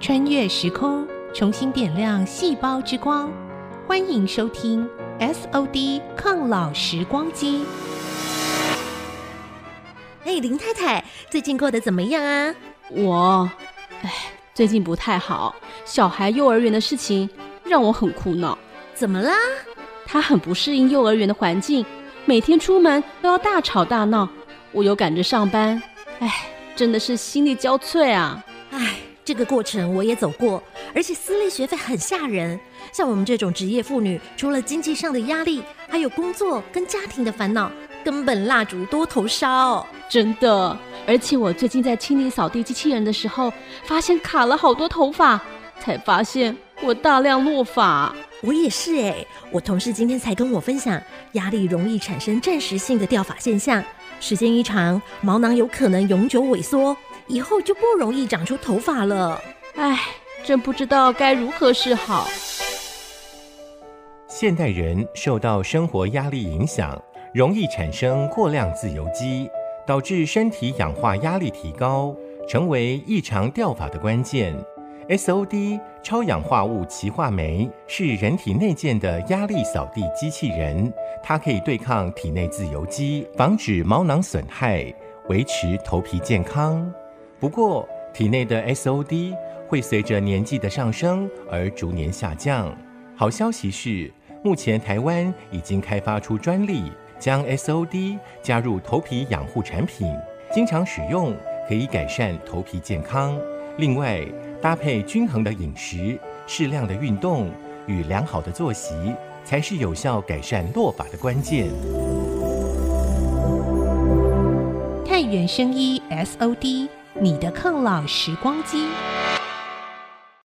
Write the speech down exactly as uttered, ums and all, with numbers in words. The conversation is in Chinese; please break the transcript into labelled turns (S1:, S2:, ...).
S1: 穿越时空，重新点亮细胞之光。欢迎收听 S O D 抗老时光机。
S2: 嘿，林太太，最近过得怎么样啊？
S3: 我，哎，最近不太好，小孩幼儿园的事情让我很苦恼。
S2: 怎么啦？
S3: 他很不适应幼儿园的环境，每天出门都要大吵大闹，我又赶着上班，哎，真的是心力交瘁啊。
S2: 哎，这个过程我也走过，而且私立学费很吓人。像我们这种职业妇女，除了经济上的压力，还有工作跟家庭的烦恼，根本蜡烛多头烧。
S3: 真的，而且我最近在清理扫地机器人的时候，发现卡了好多头发，才发现我大量落发。
S2: 我也是哎，我同事今天才跟我分享，压力容易产生暂时性的掉发现象，时间一长，毛囊有可能永久萎缩，以后就不容易长出头发了。
S3: 哎，真不知道该如何是好。
S4: 现代人受到生活压力影响，容易产生过量自由基，导致身体氧化压力提高，成为异常掉发的关键。S O D 超氧化物歧化酶是人体内建的压力扫地机器人，它可以对抗体内自由基，防止毛囊损害，维持头皮健康。不过，体内的 S O D 会随着年纪的上升而逐年下降。好消息是，目前台湾已经开发出专利，将 S O D 加入头皮养护产品，经常使用可以改善头皮健康。另外，搭配均衡的饮食、适量的运动与良好的作息，才是有效改善落发的关键。
S1: 太原生医 S O D， 你的抗老时光机。